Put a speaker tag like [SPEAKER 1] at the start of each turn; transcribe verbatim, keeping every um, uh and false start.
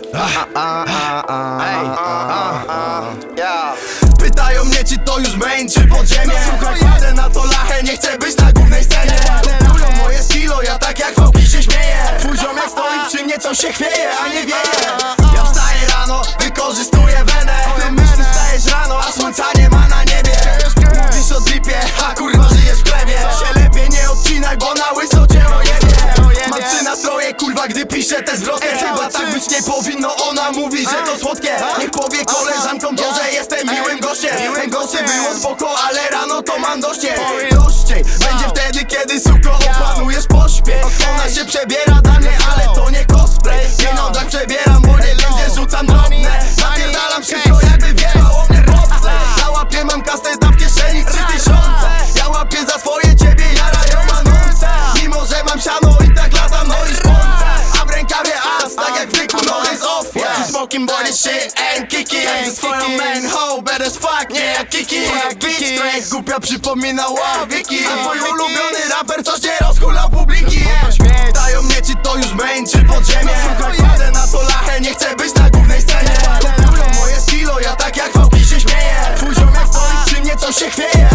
[SPEAKER 1] Pytają mnie, czy to już main, czy podziemie. Słuchaj, kładę na to lachę, nie chcę być na głównej scenie. Kupują moje skilo, ja tak jak fałki się śmieję. Twój ziomek stoi przy mnie, co się chwieje, a nie wieje. Ja wstaję rano, wykorzystuję wenę. Ty myślisz, wstajesz rano, a słońca nie ma na niebie. Mówisz o dripie, a kurwa żyjesz w chlebie. Się lepiej nie odcinaj, bo na łyso cię ojebie. Mam trzy nastroje, kurwa, gdy piszę te zwrotki. Chyba tak być nie powinno, ona mówi, że to słodkie. Niech powie koleżankom to, że jestem miłym gościem. Miłym gościem było spoko, ale rano to mam doście. Dościej, będzie wtedy, kiedy suko opanujesz pośpiech. Ona się przebiera dla mnie, ale to nie cosplay. Pieniądzach przebieram, bo nie ludzie rzucam drobne. Napierdalam szybko, jakby wjechało mnie popce. Na łapie mam kasę, tam w kieszeni trzy tysiące. Ja łapię za swoje, ciebie jarają manące. Mimo, że mam siano i tak latam, no i szponce. A w rękawie as, tak jak w wyku, no jest off. What you smoking, boy, this shit ain't kiki. Jak ze swoją man, ho, bad as fuck, nie jak kiki. Jak beat straight, głupia przypomina ławiki. A twój ulubiony raper coś nie rozhulał publiki. Pytają mnie, czy to już main, czy podziemie. Słuchaj, kładę na to lachę, nie chcę być na głównej scenie. Kupują moje skilo, ja tak jak fałki się śmieję. Twój ziomek stoi przy mnie, co się chwieje.